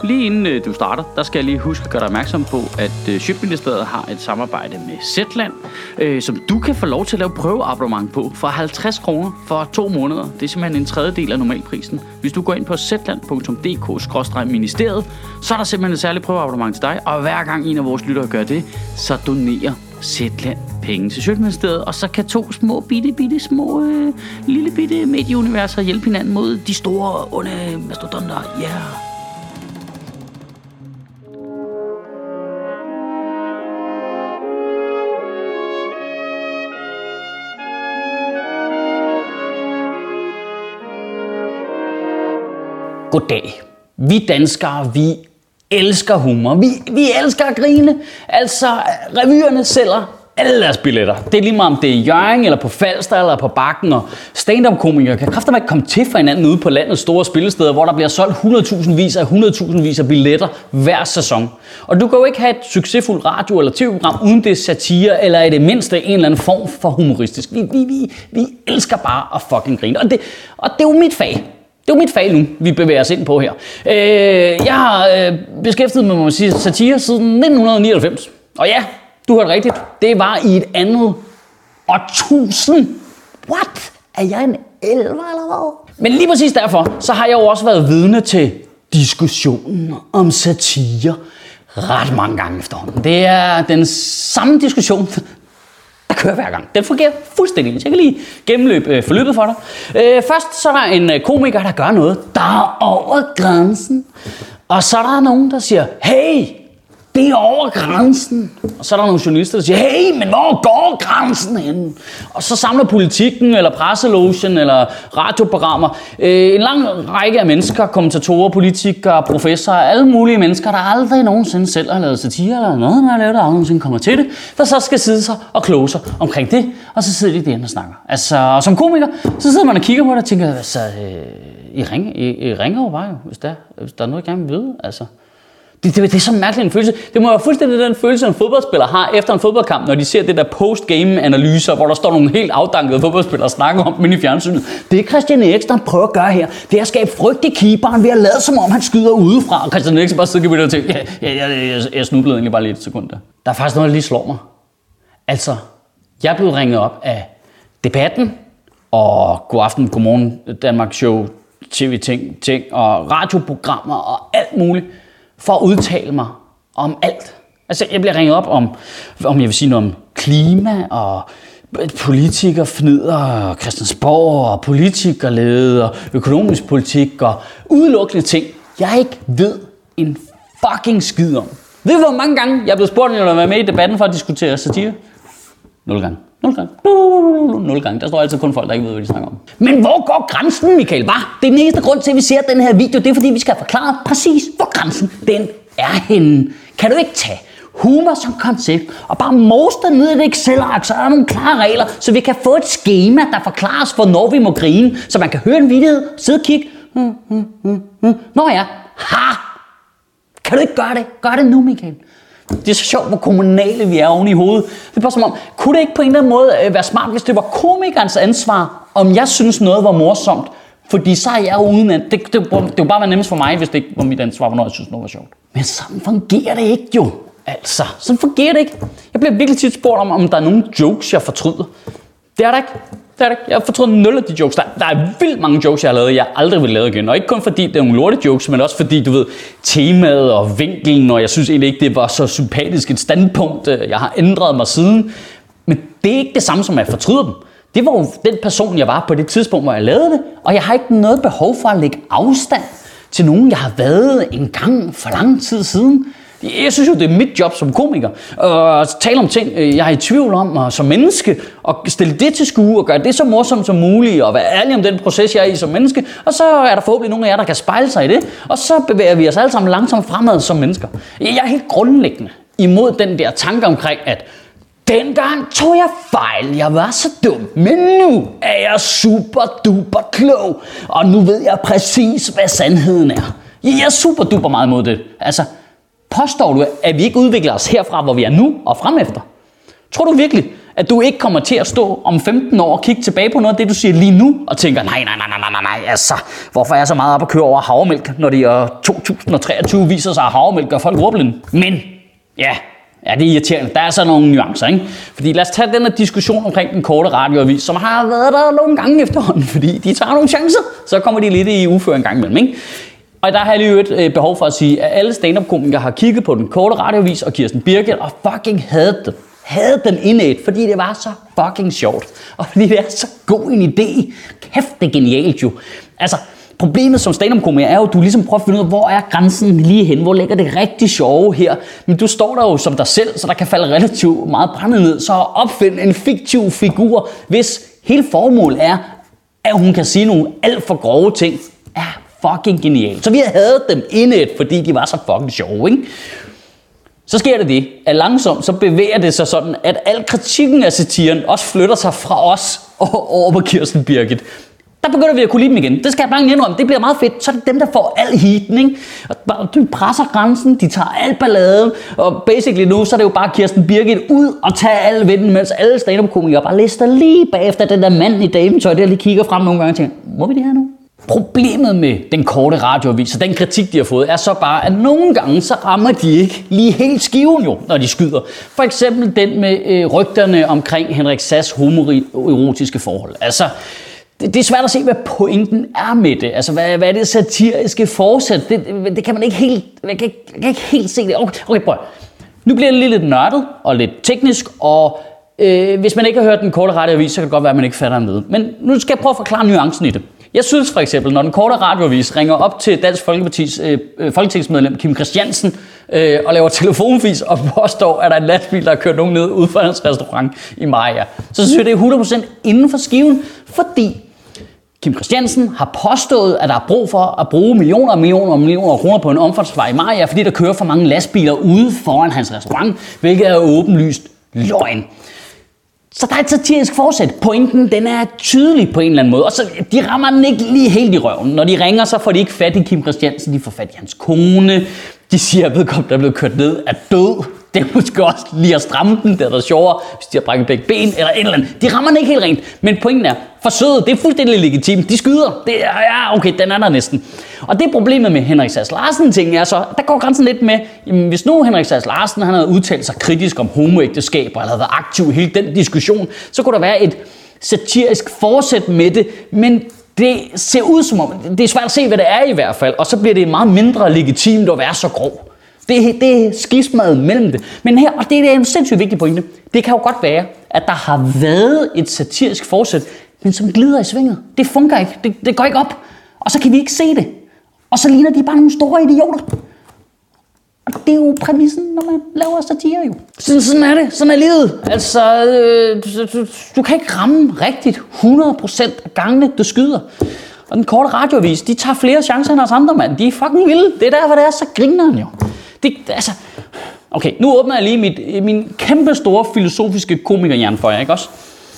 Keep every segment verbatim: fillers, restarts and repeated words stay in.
lige inden øh, du starter, der skal jeg lige huske at gøre dig opmærksom på, at øh, Sjøtministeriet har et samarbejde med Zetland, øh, som du kan få lov til at lave prøveabonnement på for halvtreds kroner for to måneder. Det er simpelthen en tredjedel af normalprisen. Hvis du går ind på zetland punktum d k skråstreg ministeriet, så er der simpelthen et særligt prøveabonnement til dig, og hver gang en af vores lyttere gør det, så donerer Zetland penge til Sjøtministeriet, og så kan to små, bitte, bitte, små, øh, lille bitte medieuniverser hjælpe hinanden mod de store, onde mastodonter. Ja. Yeah. Goddag. Vi danskere, vi elsker humor. Vi, vi elsker at grine. Altså, revyerne sælger alle deres billetter. Det er lige meget om det er i Hjørring, eller på Falster, eller på Bakken. Og stand-up-komikere kan kraftedeme ikke komme til for hinanden ude på landets store spillesteder, hvor der bliver solgt hundredtusindvis af hundredtusindvis af billetter hver sæson. Og du kan jo ikke have et succesfuldt radio- eller tv-program uden det satire, eller i det mindste en eller anden form for humoristisk. Vi, vi, vi, vi elsker bare at fucking grine. Og det, og det er jo mit fag. Det er jo mit fag nu, vi bevæger os ind på her. Øh, jeg har øh, beskæftiget mig med satire siden nitten nioghalvfems. Og ja, du hørte rigtigt. Det var i et andet årtusind. What? Er jeg en elver eller hvad? Men lige præcis derfor, så har jeg jo også været vidne til diskussionen om satire ret mange gange efterhånden. Det er den samme diskussion, der kører hver gang. Den fungerer fuldstændig. Jeg kan lige gennemløbe øh, forløbet for dig. Øh, først så er der en øh, komiker, der gør noget, der er over grænsen. Og så er der nogen, der siger, hey, det er over grænsen. Og så er der nogle journalister, der siger, hey, men hvor går grænsen henne? Og så samler Politikken, eller Presselogen, eller radioprogrammer øh, en lang række af mennesker, kommentatorer, politikere, professorer, alle mulige mennesker, der aldrig nogensinde selv har lavet satire, eller noget, der har lavet, der aldrig nogensinde kommer til det, der så skal sidde sig og kloge sig omkring det, og så sidder de derinde og snakker. Altså, som komiker, så sidder man og kigger på det og tænker, altså, øh, I, ring, I, I ringer jo bare jo, hvis der, hvis der er noget, jeg gerne vil vide, altså. Det, det, det er så mærkelig en følelse. Det må være fuldstændig den følelse, en fodboldspiller har efter en fodboldkamp, når de ser det der post-game-analyser, hvor der står nogle helt afdankede fodboldspillere og snakker om dem i fjernsynet. Det er Christian Eriksen, der prøver at gøre her. Det er at skabe frygt i keeperen ved at lade som om, han skyder udefra. Og Christian Eriksen bare sidder og tænker, ja, ja, ja, jeg, jeg snublede egentlig bare lige et sekund der. Der er faktisk noget, der lige slår mig. Altså, jeg er blevet ringet op af Debatten og God Aften, Godmorgen, Danmark Show, tv-ting, ting og radioprogrammer og alt muligt, for at udtale mig om alt. Altså, jeg bliver ringet op om, om jeg vil sige noget om klima og politikerfnider og Christiansborg og politikerlede og økonomisk politik og udelukkende ting, jeg ikke ved en fucking skid om. Ved du, hvor mange gange jeg er blevet spurgt, om jeg vil være med i Debatten for at diskutere satire? Nul gange. Nul gange. Nul gange. Der står altid kun folk, der ikke ved, hvad de snakker om. Men hvor går grænsen, Michael? Hvad? Det er den eneste grund til, at vi ser den her video. Det er, fordi vi skal forklare præcis, hvor grænsen den er henne. Kan du ikke tage humor som koncept og bare mose det ned i et Excel-ark, så er der nogle klare regler, så vi kan få et schema, der forklarer os, hvornår vi må grine, så man kan høre en video, sidde og kigge. Hmm, hmm, hmm, hmm. Nå ja. Ha! Kan du ikke gøre det? Gør det nu, Michael. Det er så sjovt, hvor kommunale vi er oven i hovedet. Det er bare som om, kunne det ikke på en eller anden måde være smart, hvis det var komikernes ansvar, om jeg synes noget var morsomt? Fordi så er jeg jo uden at... Det, det, det, det jo bare være nemmest for mig, hvis det ikke var mit ansvar, hvornår jeg synes noget var sjovt. Men sådan fungerer det ikke jo. Altså, sådan fungerer det ikke. Jeg bliver virkelig tit spurgt om, om der er nogle jokes, jeg fortryder. Det er der ikke. Det er det ikke. Jeg har fortrudt nul af de jokes. Der, der er vildt mange jokes, jeg har lavet, jeg aldrig vil lave igen. Og ikke kun fordi det er nogle lorte jokes, men også fordi, du ved, temaet og vinklen, og jeg synes egentlig ikke, det var så sympatisk et standpunkt. Jeg har ændret mig siden. Men det er ikke det samme som, at jeg fortryder dem. Det var jo den person, jeg var på det tidspunkt, hvor jeg lavede det. Og jeg har ikke noget behov for at lægge afstand til nogen, jeg har været en gang for lang tid siden. Jeg synes jo, det er mit job som komiker at tale om ting, jeg er i tvivl om, og som menneske, og stille det til skue og gøre det så morsomt som muligt, og være ærlig om den proces, jeg er i som menneske. Og så er der forhåbentlig nogle af jer, der kan spejle sig i det, og så bevæger vi os alle sammen langsomt fremad som mennesker. Jeg er helt grundlæggende imod den der tanke omkring, at dengang tog jeg fejl, jeg var så dum, men nu er jeg super duper klog, og nu ved jeg præcis, hvad sandheden er. Jeg er super duper meget imod det. Altså, påstår du, at vi ikke udvikler os herfra, hvor vi er nu og fremefter? Tror du virkelig, At du ikke kommer til at stå om femten år og kigge tilbage på noget af det, du siger lige nu, og tænker, nej, nej, nej, nej, nej, nej, altså, hvorfor er jeg så meget op at køre over havremælk, når det i år to tusind og treogtyve viser sig, at havremælk gør folk ordblinde. Men, ja, ja, det er irriterende. Der er så nogle nuancer, ikke? Fordi lad os tage den her diskussion omkring den korte radioavis, som har været der nogle gange efterhånden, fordi de tager nogle chancer, så kommer de lidt i uføre en gang imellem, ikke? Og der har jeg lige et behov for at sige, at alle stand-up-komikere har kigget på den korte radioavis og Kirsten Birgit og fucking havde den. Havde den indæt, fordi det var så fucking sjovt. Og fordi det er så god en idé. Kæft, det er genialt jo. Altså, problemet som stand-up-komiker er jo, at du ligesom prøver at finde ud af, hvor er grænsen lige hen? Hvor ligger det rigtig sjove her? Men du står der jo som dig selv, så der kan falde relativt meget brændet ned. Så opfind en fiktiv figur, hvis hele formål er, at hun kan sige nogle alt for grove ting, er fucking genialt. Så vi havde dem indæt, fordi de var så fucking sjove, ikke? Så sker det det, at langsomt så bevæger det sig sådan, at al kritikken af satiren også flytter sig fra os og over på Kirsten Birgit. Der begynder vi at kunne lide dem igen. Det skal jeg bare indrømme. Det bliver meget fedt. Så er det dem, der får al heaten, ikke? Og de presser grænsen, de tager al balladen, og basically nu, så er det jo bare Kirsten Birgit ud og tage alle vinden, mens alle stand-up-komikere bare lister lige bagefter den der mand i dametøj, der lige kigger frem nogle gange og tænker, må vi det her nu? Problemet med den korte radioavis og den kritik, de har fået, er så bare, at nogle gange så rammer de ikke lige helt skiven jo, når de skyder. For eksempel den med øh, rygterne omkring Henrik Sass homoerotiske forhold. Altså, det, det er svært at se, hvad pointen er med det. Altså, hvad, hvad er det satiriske forsæt? Det, det kan man ikke helt, jeg kan, jeg kan ikke helt se det. Okay, okay, prøv. Nu bliver det lige lidt nørdet og lidt teknisk, og øh, hvis man ikke har hørt den korte radioavis, så kan det godt være, at man ikke fatter noget. Men nu skal jeg prøve at forklare nuancen i det. Jeg synes for eksempel, når den korte radioavis ringer op til Dansk Folkepartis øh, folketingsmedlem Kim Christiansen øh, og laver telefonfis og påstår, at der er en lastbil, der har kørt nogen ned ude for hans restaurant i Maja, så synes jeg, det er hundrede procent inden for skiven, fordi Kim Christiansen har påstået, at der er brug for at bruge millioner og millioner og millioner af kroner på en omfartsvej i Maja, fordi der kører for mange lastbiler ude foran hans restaurant, hvilket er åbenlyst løgn. Så der er et satirisk forsæt. Pointen, den er tydelig på en eller anden måde. Og så de rammer den ikke lige helt i røven. Når de ringer, så får de ikke fat i Kim Christiansen. De får fat i hans kone. De siger, at vedkommende, der er blevet kørt ned, er død. Det er måske også lige at stramme den. Det er der sjovere, hvis de har brækket begge ben eller et eller andet. De rammer den ikke helt rent. Men pointen er, forsøget, det er fuldstændig legitimt. De skyder. Det er, ja, okay, den er der næsten. Og det problemet med Henrik Sass Larsen ting er så, der går grænsen lidt med, jamen, hvis nu Henrik Sass Larsen han havde udtalt sig kritisk om homoægteskaber, eller havde været aktiv i hele den diskussion, så kunne der være et satirisk forsæt med det, men det ser ud som om, det er svært at se, hvad det er i hvert fald, og så bliver det meget mindre legitimt at være så grov. Det, det er skismadet mellem det. Men her, og det er en sindssygt vigtig pointe, det kan jo godt være, at der har været et satirisk forsæt, men som glider i svinget. Det fungerer ikke. Det, det går ikke op. Og så kan vi ikke se det. Og så ligner de bare nogle store idioter. Og det er jo præmissen, når man laver satire jo. Sådan, sådan er det. Sådan er livet. Altså, øh, du, du, du kan ikke ramme rigtigt hundrede procent af gangene, du skyder. Og den korte radioavis, de tager flere chancer end os andre, mand. De er fucking vilde. Det er derfor, det er så grineren jo. Det, altså, okay, nu åbner jeg lige mit, min kæmpe store filosofiske komikerhjerne for jer, ikke også?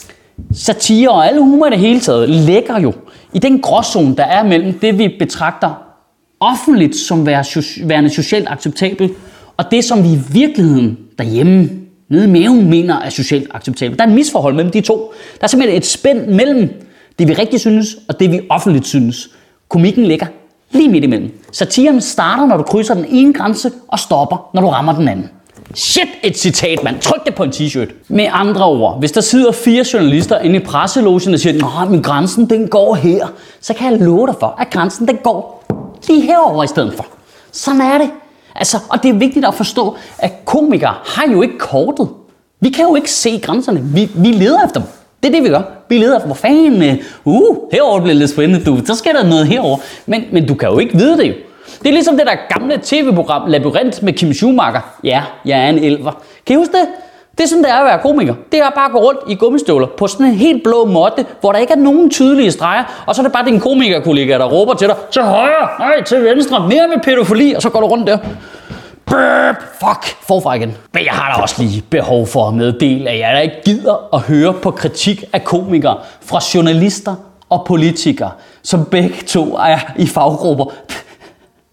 Satire og alle humor i det hele taget ligger jo i den gråzone, der er mellem det, vi betragter offentligt som værende socialt acceptabelt, og det, som vi i virkeligheden derhjemme, nede i maven, mener er socialt acceptabelt. Der er et misforhold mellem de to. Der er simpelthen et spænd mellem det, vi rigtig synes, og det, vi offentligt synes. Komikken ligger lige midt imellem. Satiren starter, når du krydser den ene grænse, og stopper, når du rammer den anden. Shit, et citat, mand. Tryk det på en t-shirt. Med andre ord, hvis der sidder fire journalister inde i presselogen og siger, at grænsen den går her, så kan jeg love dig for, at grænsen den går lige herover i stedet for. Sådan er det. Altså, og det er vigtigt at forstå, at komikere har jo ikke kortet. Vi kan jo ikke se grænserne. Vi, vi leder efter dem. Det er det, vi gør. Vi leder efter, hvor fanden, uh, herover bliver lidt spændende, du. Så sker der noget herover. Men, men du kan jo ikke vide det jo. Det er ligesom det der gamle tv-program Labyrint med Kim Schumacher. Ja, jeg er en elver. Kan I huske det? Det er sådan, det er at være komiker. Det er bare at gå rundt i gummistøvler på sådan en helt blå måtte, hvor der ikke er nogen tydelige streger, og så er det bare din komikerkollega, der råber til dig, til højre, nej, til venstre, mere med pædofili, og så går du rundt der. Burp, fuck, forfra igen. Men jeg har da også lige behov for at meddele, at jeg da ikke gider at høre på kritik af komikere fra journalister og politikere, som begge to er i faggrupper,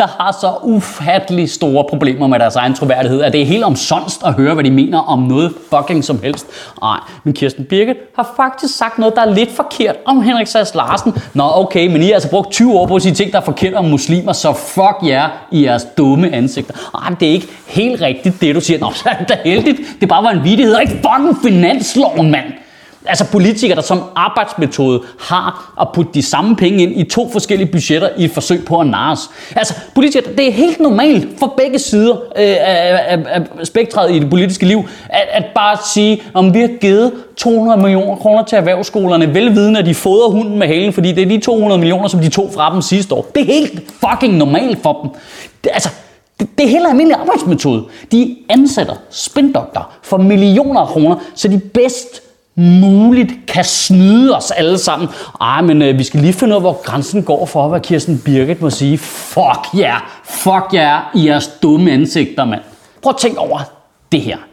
der har så ufattelig store problemer med deres egen troværdighed, at det er helt omsonst at høre, hvad de mener om noget fucking som helst. Nej, men Kirsten Birgit har faktisk sagt noget, der er lidt forkert om Henrik Sass Larsen. Nå okay, men I har altså brugt tyve år på at sige ting, der er forkert om muslimer, så fuck jer i jeres dumme ansigter. Ej, det er ikke helt rigtigt, det du siger. Nå, så er det da heldigt. Det bare var en vittighed, og ikke fucking finansloven, mand. Altså politikere, der som arbejdsmetode har at putte de samme penge ind i to forskellige budgetter i et forsøg på at narres. Altså politikere, det er helt normalt for begge sider øh, af, af, af spektret i det politiske liv, at, at bare sige, om vi har givet to hundrede millioner kroner til erhvervsskolerne, velvidende at de fodrer hunden med halen, fordi det er de to hundrede millioner, som de tog fra dem sidste år. Det er helt fucking normalt for dem. Det, altså, det, det er helt almindelig arbejdsmetode. De ansætter spindokter for millioner af kroner, så de bedst muligt kan snyde os alle sammen. Ej, men øh, vi skal lige finde ud af, hvor grænsen går for, hvad Kirsten Birgit må sige. Fuck jer, yeah. Fuck jer yeah, i jeres dumme ansigter, mand. Prøv at tænke over det her.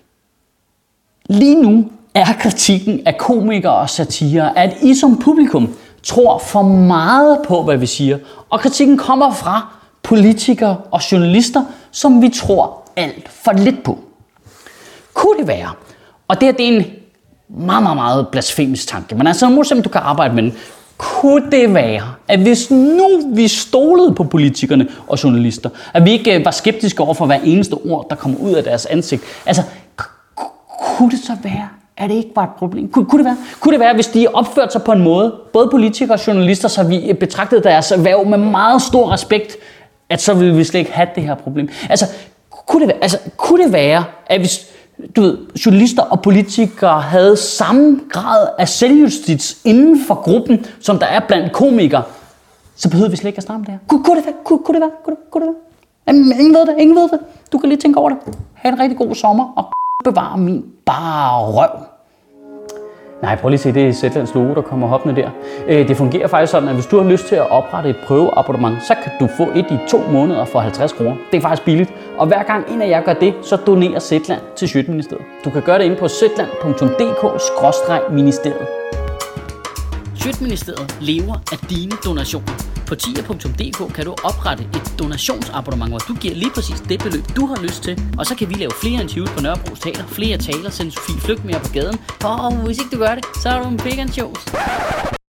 Lige nu er kritikken af komikere og satire, at I som publikum tror for meget på, hvad vi siger. Og kritikken kommer fra politikere og journalister, som vi tror alt for lidt på. Kunne det være, og det her det er en meget, meget, meget blasfemisk tanke, men altså, nu simpelthen du kan arbejde med den. Kunne det være, at hvis nu vi stolede på politikerne og journalister, at vi ikke var skeptiske over for hver eneste ord, der kommer ud af deres ansigt, altså, kunne det så være, at det ikke var et problem? Kunne, kunne, det være? kunne det være, hvis de opførte sig på en måde, både politikere og journalister, så vi betragtede deres erhverv med meget stor respekt, at så ville vi slet ikke have det her problem? Altså, kunne det være, altså, kunne det være at hvis du ved, journalister og politikere havde samme grad af selvjustits inden for gruppen, som der er blandt komikere, så behøvede vi slet ikke at snakke om det her. Kunne, kunne det være? Kunne, kunne det være? Kunne det, kunne det være? Jamen, ingen ved det, ingen ved det. Du kan lige tænke over det. Ha' en rigtig god sommer, og bevare min bare røv. Nej, prøv lige at se, det er Zetlands logo, der kommer hoppende der. Det fungerer faktisk sådan, at hvis du har lyst til at oprette et prøveabonnement, så kan du få et i to måneder for halvtreds kroner. Det er faktisk billigt. Og hver gang en af jer gør det, så donerer Zetland til Sjøtministeriet. Du kan gøre det inde på zetland punktum d k skråstreg ministeriet. Sjøtministeriet lever af dine donationer. På tier punktum d k kan du oprette et donationsabonnement, hvor du giver lige præcis det beløb, du har lyst til. Og så kan vi lave flere interviews på Nørrebro Teater, flere taler, sende Sofie Flygt mere på gaden. Og hvis ikke du gør det, så er du en vegan shows.